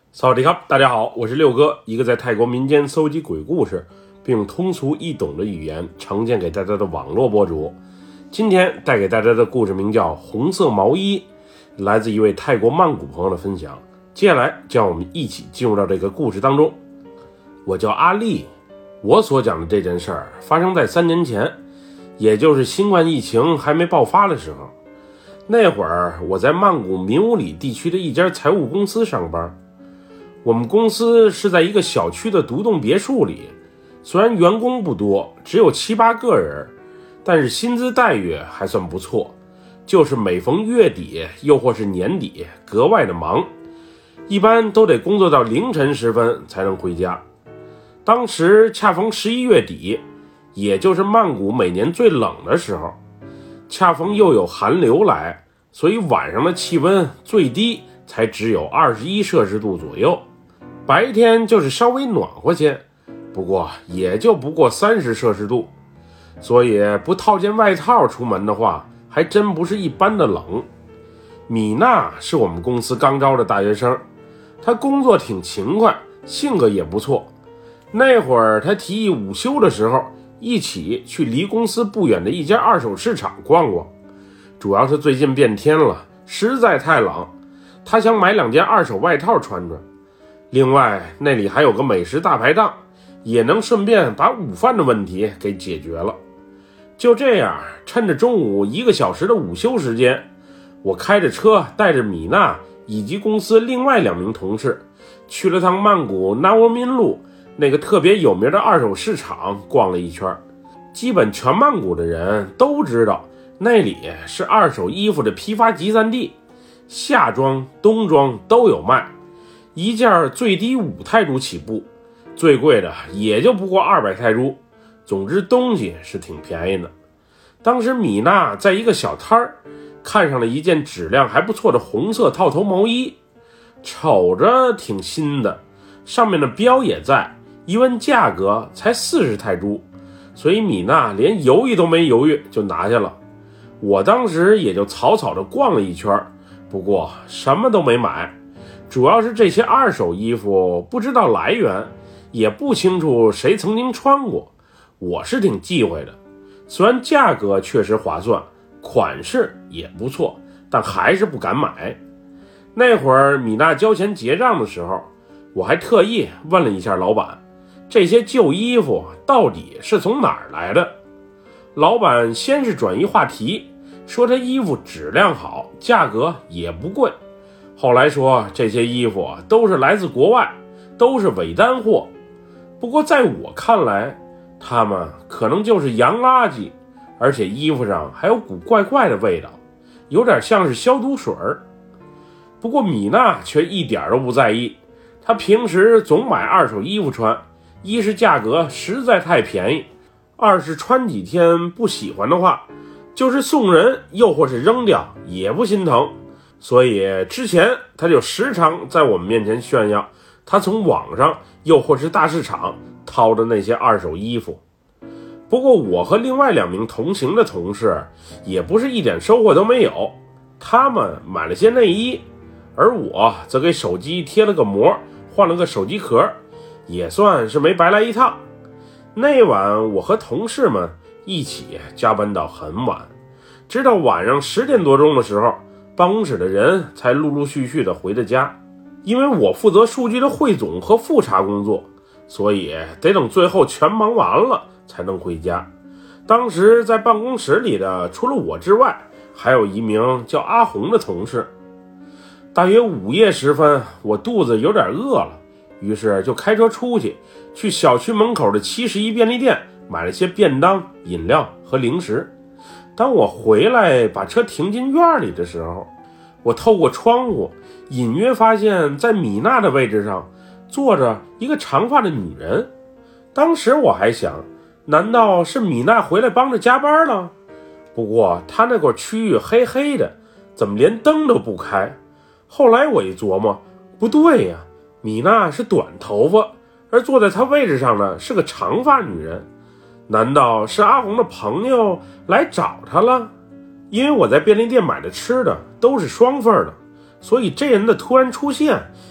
萨瓦迪卡，大家好，我是六哥，一个在泰国民间搜集鬼故事，并用通俗易懂的语言呈现给大家的网络博主。今天带给大家的故事名叫《红色毛衣》，来自一位泰国曼谷朋友的分享。接下来就让我们一起进入到这个故事当中。我叫阿丽，我所讲的这件事儿发生在3年前，也就是新冠疫情还没爆发的时候。那会儿我在曼谷明武里地区的一家财务公司上班。我们公司是在一个小区的独栋别墅里，虽然员工不多，只有7、8个人，但是薪资待遇还算不错，就是每逢月底又或是年底格外的忙，一般都得工作到凌晨时分才能回家。当时恰逢11月底，也就是曼谷每年最冷的时候，恰逢又有寒流来，所以晚上的气温最低才只有21摄氏度左右，白天就是稍微暖和些，不过也就不过30摄氏度，所以不套件外套出门的话，还真不是一般的冷。米娜是我们公司刚招的大学生，她工作挺勤快，性格也不错。那会儿她提议午休的时候，一起去离公司不远的一家二手市场逛逛。主要是最近变天了，实在太冷，她想买2件二手外套穿穿。另外那里还有个美食大排档，也能顺便把午饭的问题给解决了。就这样，趁着中午1个小时的午休时间，我开着车带着米娜以及公司另外2名同事去了趟曼谷纳沃民路那个特别有名的二手市场逛了一圈。基本全曼谷的人都知道那里是二手衣服的批发集散地，夏装冬装都有卖，一件最低5泰铢起步，最贵的也就不过200泰铢，总之东西是挺便宜的。当时米娜在一个小摊儿看上了一件质量还不错的红色套头毛衣，瞅着挺新的，上面的标也在，一问价格才40泰铢，所以米娜连犹豫都没犹豫就拿下了。我当时也就草草的逛了一圈，不过什么都没买，主要是这些二手衣服不知道来源，也不清楚谁曾经穿过，我是挺忌讳的。虽然价格确实划算，款式也不错，但还是不敢买。那会儿米娜交钱结账的时候，我还特意问了一下老板，这些旧衣服到底是从哪儿来的。老板先是转移话题，说这衣服质量好，价格也不贵，后来说这些衣服都是来自国外，都是伪单货。不过在我看来，他们可能就是洋垃圾，而且衣服上还有股怪怪的味道，有点像是消毒水。不过米娜却一点都不在意，她平时总买二手衣服穿，一是价格实在太便宜，二是穿几天不喜欢的话，就是送人又或是扔掉也不心疼。所以之前他就时常在我们面前炫耀他从网上又或是大市场掏的那些二手衣服。不过我和另外2名同行的同事也不是一点收获都没有，他们买了些内衣，而我则给手机贴了个膜，换了个手机壳，也算是没白来一趟。那晚我和同事们一起加班到很晚，直到晚上10点多钟的时候，办公室的人才陆陆续续的回的家。因为我负责数据的汇总和复查工作，所以得等最后全忙完了才能回家。当时在办公室里的除了我之外，还有一名叫阿红的同事。大约午夜时分，我肚子有点饿了，于是就开车出去小区门口的71便利店买了些便当、饮料和零食。当我回来把车停进院里的时候，我透过窗户隐约发现在米娜的位置上坐着一个长发的女人。当时我还想，难道是米娜回来帮着加班了？不过她那块区域黑黑的，怎么连灯都不开？后来我一琢磨，不对呀，米娜是短头发，而坐在她位置上的是个长发女人。难道是阿红的朋友来找她了？因为我在便利店买的吃的都是双份的，所以这人的突然出现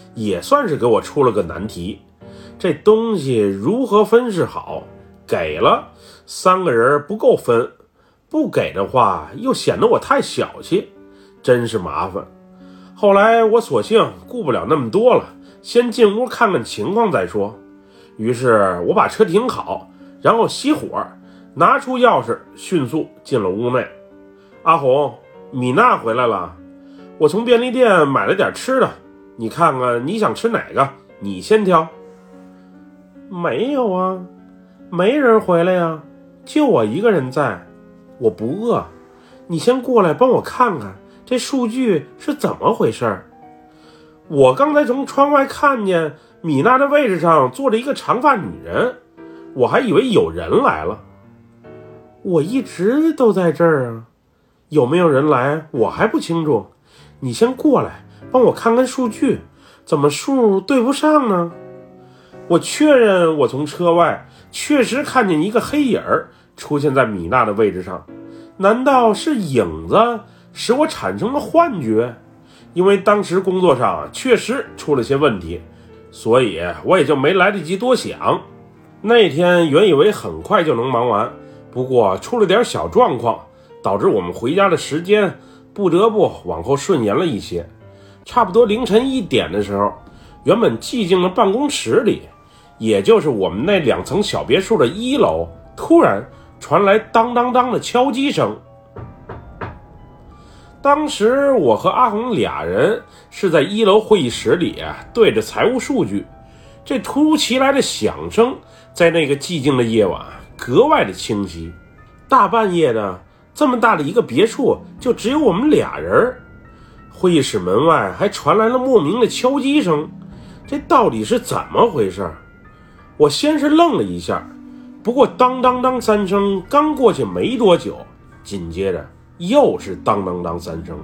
也算是给我出了个难题。这东西如何分是好？给了3个人不够分，不给的话又显得我太小气，真是麻烦。后来我索性顾不了那么多了，先进屋看看情况再说。于是我把车停好，然后熄火，拿出钥匙，迅速进了屋内。阿红，米娜回来了，我从便利店买了点吃的，你看看你想吃哪个，你先挑。没有啊，没人回来呀，就我一个人在，我不饿，你先过来帮我看看这数据是怎么回事。我刚才从窗外看见米娜的位置上坐着一个长发女人，我还以为有人来了。我一直都在这儿啊，有没有人来我还不清楚，你先过来帮我看看数据，怎么数对不上呢？我确认我从车外确实看见一个黑影出现在米娜的位置上，难道是影子使我产生了幻觉？因为当时工作上确实出了些问题，所以我也就没来得及多想。那天原以为很快就能忙完，不过出了点小状况，导致我们回家的时间不得不往后顺延了一些。差不多凌晨1点的时候，原本寂静的办公室里，也就是我们那2层小别墅的1楼，突然传来当当当的敲击声。当时我和阿红俩人是在1楼会议室里对着财务数据，这突如其来的响声在那个寂静的夜晚格外的清晰。大半夜的，这么大的一个别墅就只有我们俩人，会议室门外还传来了莫名的敲击声，这到底是怎么回事？我先是愣了一下，不过当当当3声刚过去没多久，紧接着又是当当当3声。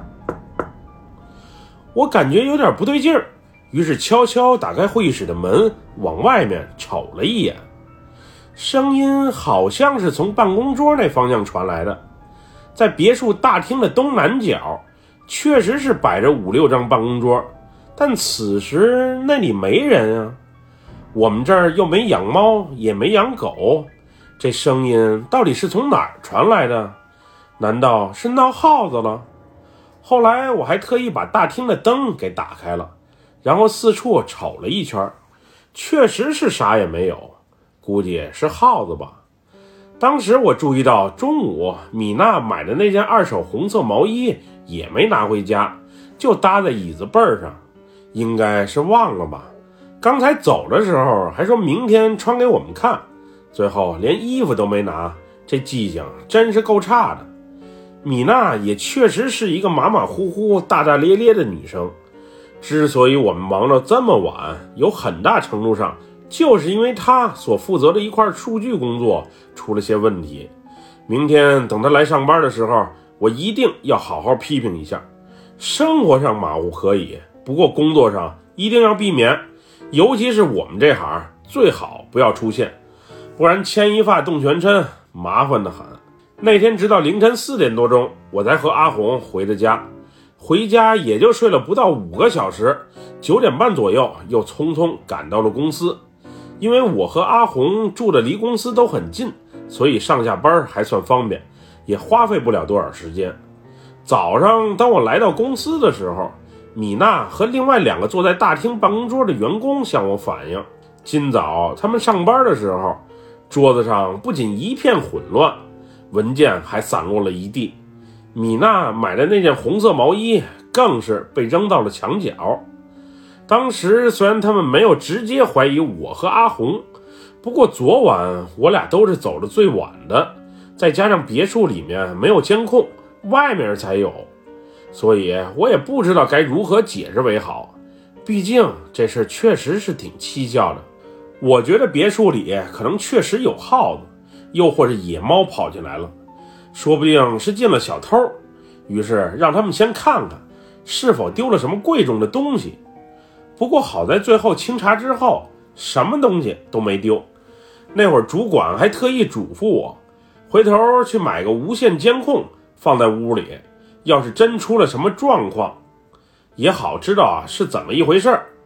我感觉有点不对劲儿，于是悄悄打开会议室的门，往外面瞅了一眼。声音好像是从办公桌那方向传来的，在别墅大厅的东南角，确实是摆着5、6张办公桌，但此时那里没人啊。我们这儿又没养猫，也没养狗，这声音到底是从哪儿传来的？难道是闹耗子了？后来我还特意把大厅的灯给打开了，然后四处瞅了一圈，确实是啥也没有，估计是耗子吧。当时我注意到中午米娜买的那件2手红色毛衣也没拿回家，就搭在椅子背上，应该是忘了吧。刚才走的时候还说明天穿给我们看，最后连衣服都没拿，这记性真是够差的。米娜也确实是一个马马虎虎大大咧咧的女生，之所以我们忙到这么晚，有很大程度上就是因为她所负责的一块数据工作出了些问题。明天等她来上班的时候，我一定要好好批评一下。生活上马虎可以，不过工作上一定要避免，尤其是我们这行最好不要出现，不然牵一发动全身，麻烦得很。那天直到凌晨4点多钟，我才和阿红回的家，回家也就睡了不到5个小时，9点半左右又匆匆赶到了公司。因为我和阿红住的离公司都很近，所以上下班还算方便，也花费不了多少时间。早上当我来到公司的时候，米娜和另外2个坐在大厅办公桌的员工向我反映，今早他们上班的时候，桌子上不仅一片混乱，文件还散落了一地，米娜买的那件红色毛衣更是被扔到了墙角。当时虽然他们没有直接怀疑我和阿红，不过昨晚我俩都是走得最晚的，再加上别墅里面没有监控，外面才有，所以我也不知道该如何解释为好，毕竟这事确实是挺蹊跷的。我觉得别墅里可能确实有耗子，又或者野猫跑进来了，说不定是进了小偷，于是让他们先看看是否丢了什么贵重的东西。不过好在最后清查之后什么东西都没丢，那会儿主管还特意嘱咐我回头去买个无线监控放在屋里，要是真出了什么状况也好知道是怎么一回事。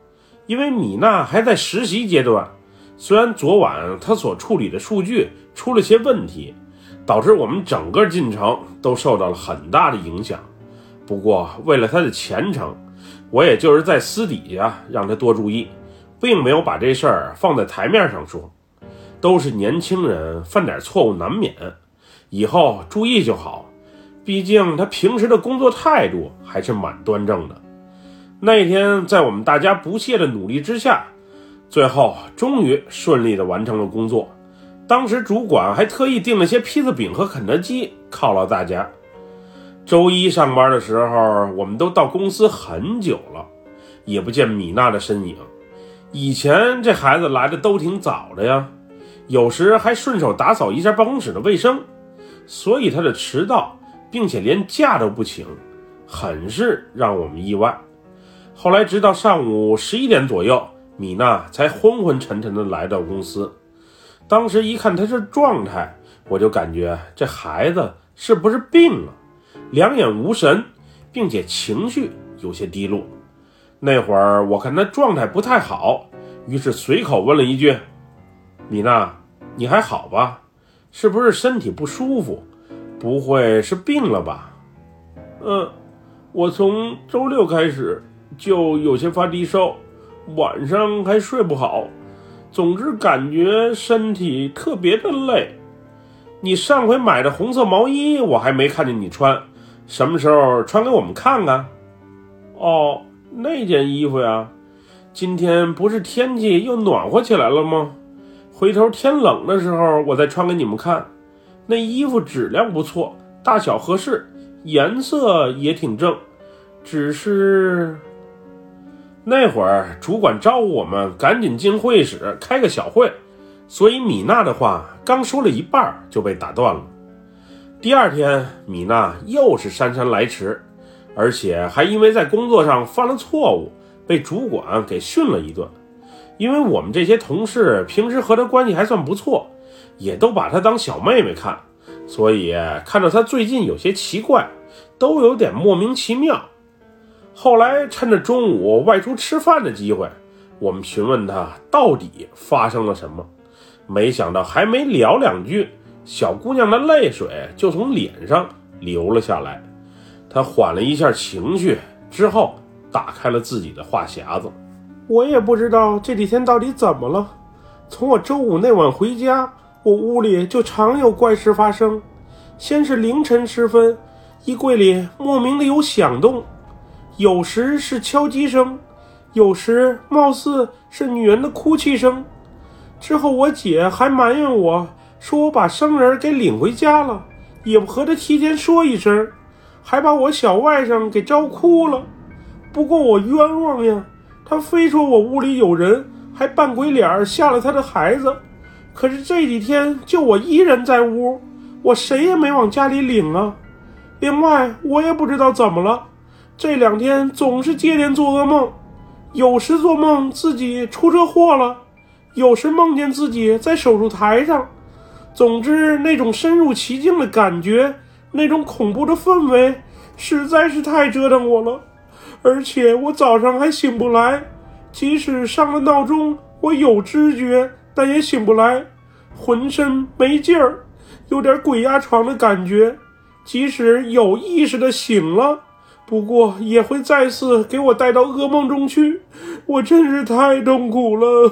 因为米娜还在实习阶段，虽然昨晚她所处理的数据出了些问题，导致我们整个进程都受到了很大的影响。不过为了她的前程，我也就是在私底下让她多注意，并没有把这事儿放在台面上说。都是年轻人，犯点错误难免，以后注意就好。毕竟她平时的工作态度还是蛮端正的。那天在我们大家不懈的努力之下，最后终于顺利的完成了工作。当时主管还特意订了些披萨饼和肯德基犒劳大家。周一上班的时候，我们都到公司很久了，也不见米娜的身影。以前这孩子来的都挺早的呀，有时还顺手打扫一下办公室的卫生，所以他的迟到并且连假都不请，很是让我们意外。后来直到上午11点左右，米娜才昏昏沉沉地来到公司。当时一看她这状态，我就感觉这孩子是不是病了，两眼无神，并且情绪有些低落。那会儿我看她状态不太好，于是随口问了一句：米娜，你还好吧？是不是身体不舒服？不会是病了吧？我从周6开始就有些发低烧，晚上还睡不好，总之感觉身体特别的累。你上回买的红色毛衣我还没看见你穿，什么时候穿给我们看看？哦，那件衣服呀，今天不是天气又暖和起来了吗？回头天冷的时候我再穿给你们看。那衣服质量不错，大小合适，颜色也挺正，只是……那会儿主管招呼我们赶紧进会议室开个小会，所以米娜的话刚说了一半就被打断了。第二天米娜又是姗姗来迟，而且还因为在工作上犯了错误被主管给训了一顿。因为我们这些同事平时和她关系还算不错，也都把她当小妹妹看，所以看到她最近有些奇怪，都有点莫名其妙。后来趁着中午外出吃饭的机会，我们询问她到底发生了什么，没想到还没聊两句，小姑娘的泪水就从脸上流了下来。她缓了一下情绪之后，打开了自己的话匣子。我也不知道这几天到底怎么了，从我周5那晚回家，我屋里就常有怪事发生。先是凌晨时分，衣柜里莫名的有响动，有时是敲击声，有时貌似是女人的哭泣声。之后我姐还埋怨我，说我把生人给领回家了，也不和她提前说一声，还把我小外甥给招哭了。不过我冤枉呀，他非说我屋里有人，还扮鬼脸吓了他的孩子。可是这几天就我一人在屋，我谁也没往家里领啊。另外我也不知道怎么了，这2天总是接连做噩梦，有时做梦自己出车祸了，有时梦见自己在手术台上。总之那种深入其境的感觉，那种恐怖的氛围实在是太折腾我了。而且我早上还醒不来，即使上了闹钟，我有知觉，但也醒不来，浑身没劲儿，有点鬼压床的感觉。即使有意识的醒了，不过也会再次给我带到噩梦中去，我真是太痛苦了。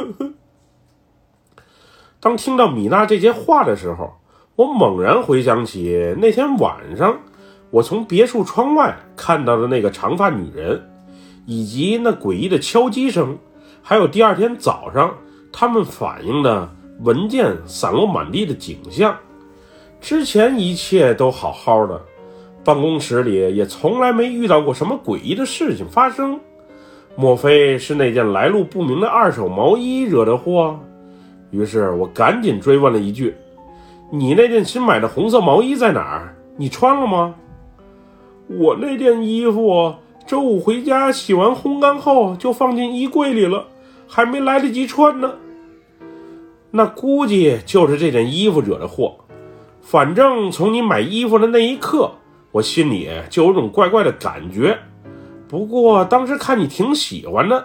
当听到米娜这些话的时候，我猛然回想起那天晚上我从别墅窗外看到的那个长发女人，以及那诡异的敲击声，还有第二天早上他们反映的文件散落满地的景象。之前一切都好好的，办公室里也从来没遇到过什么诡异的事情发生。莫非是那件来路不明的二手毛衣惹的祸？于是我赶紧追问了一句：你那件新买的红色毛衣在哪儿？你穿了吗？我那件衣服周5回家洗完烘干后就放进衣柜里了，还没来得及穿呢。那估计就是这件衣服惹的祸。反正从你买衣服的那一刻，我心里就有种怪怪的感觉。不过当时看你挺喜欢的，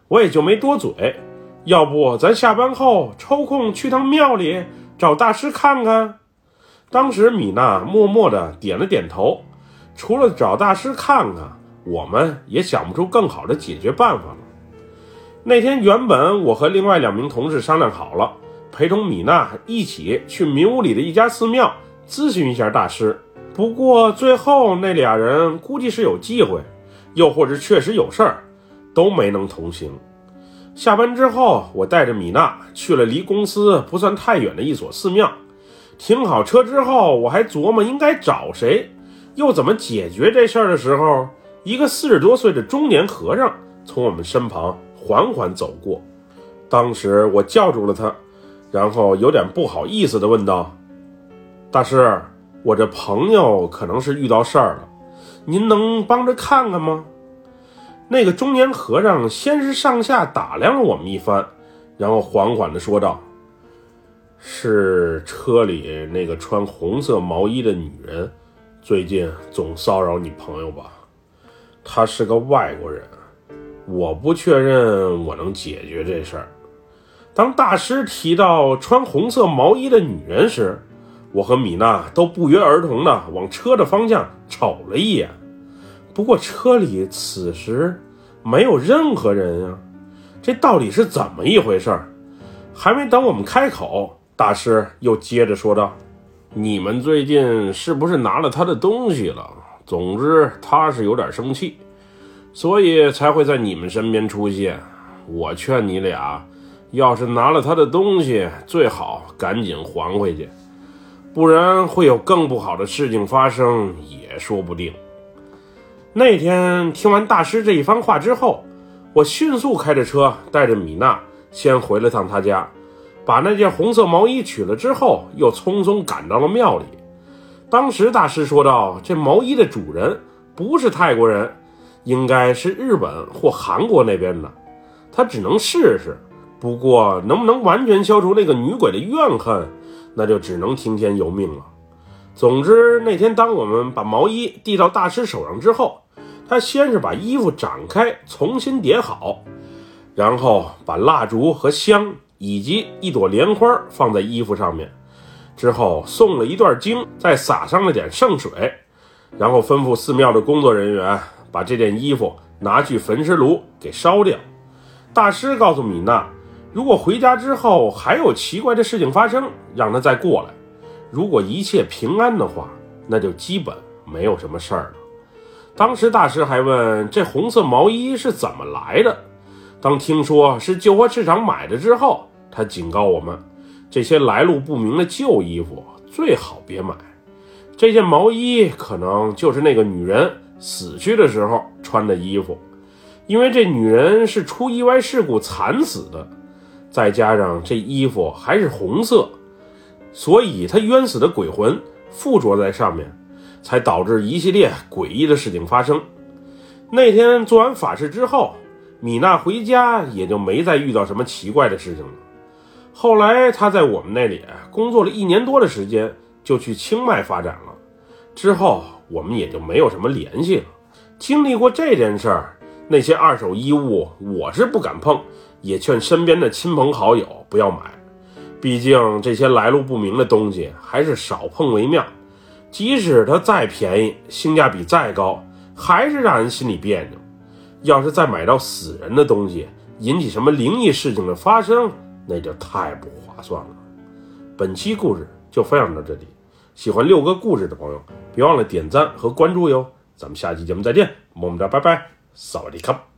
我也就没多嘴，要不咱下班后抽空去趟庙里找大师看看。当时米娜默默地点了点头，除了找大师看看，我们也想不出更好的解决办法了。那天原本我和另外2名同事商量好了，陪同米娜一起去民屋里的一家寺庙咨询一下大师。不过最后那俩人估计是有忌讳，又或者确实有事儿，都没能同行。下班之后，我带着米娜去了离公司不算太远的一所寺庙。停好车之后，我还琢磨应该找谁，又怎么解决这事儿的时候，一个40多岁的中年和尚从我们身旁缓缓走过。当时我叫住了他，然后有点不好意思地问道：大师，我这朋友可能是遇到事儿了，您能帮着看看吗？那个中年和尚先是上下打量了我们一番，然后缓缓地说道：是车里那个穿红色毛衣的女人最近总骚扰你朋友吧？她是个外国人，我不确认我能解决这事儿。当大师提到穿红色毛衣的女人时，我和米娜都不约而同地往车的方向瞅了一眼。不过车里此时没有任何人啊，这到底是怎么一回事？还没等我们开口，大师又接着说道：你们最近是不是拿了他的东西了？总之他是有点生气，所以才会在你们身边出现。我劝你俩，要是拿了他的东西，最好赶紧还回去，不然会有更不好的事情发生也说不定。那天听完大师这一番话之后，我迅速开着车带着米娜先回了趟他家，把那件红色毛衣取了之后，又匆匆赶到了庙里。当时大师说道，这毛衣的主人不是泰国人，应该是日本或韩国那边的，他只能试试，不过能不能完全消除那个女鬼的怨恨，那就只能听天由命了。总之那天当我们把毛衣递到大师手上之后，他先是把衣服展开重新叠好，然后把蜡烛和香以及一朵莲花放在衣服上面，之后诵了一段经，再撒上了点圣水，然后吩咐寺庙的工作人员把这件衣服拿去焚尸炉给烧掉。大师告诉米娜，如果回家之后还有奇怪的事情发生，让他再过来，如果一切平安的话，那就基本没有什么事儿了。当时大师还问这红色毛衣是怎么来的，当听说是旧货市场买的之后，他警告我们，这些来路不明的旧衣服最好别买，这件毛衣可能就是那个女人死去的时候穿的衣服，因为这女人是出意外事故惨死的，再加上这衣服还是红色，所以她冤死的鬼魂附着在上面，才导致一系列诡异的事情发生。那天做完法事之后，米娜回家也就没再遇到什么奇怪的事情了。后来她在我们那里工作了1年多的时间，就去清迈发展了，之后我们也就没有什么联系了。经历过这件事儿，那些二手衣物我是不敢碰，也劝身边的亲朋好友不要买，毕竟这些来路不明的东西还是少碰为妙，即使它再便宜，性价比再高，还是让人心里别扭。要是再买到死人的东西，引起什么灵异事情的发生，那就太不划算了。本期故事就分享到这里，喜欢六哥故事的朋友别忘了点赞和关注哟，咱们下期节目再见，么么哒，拜拜，萨瓦迪卡。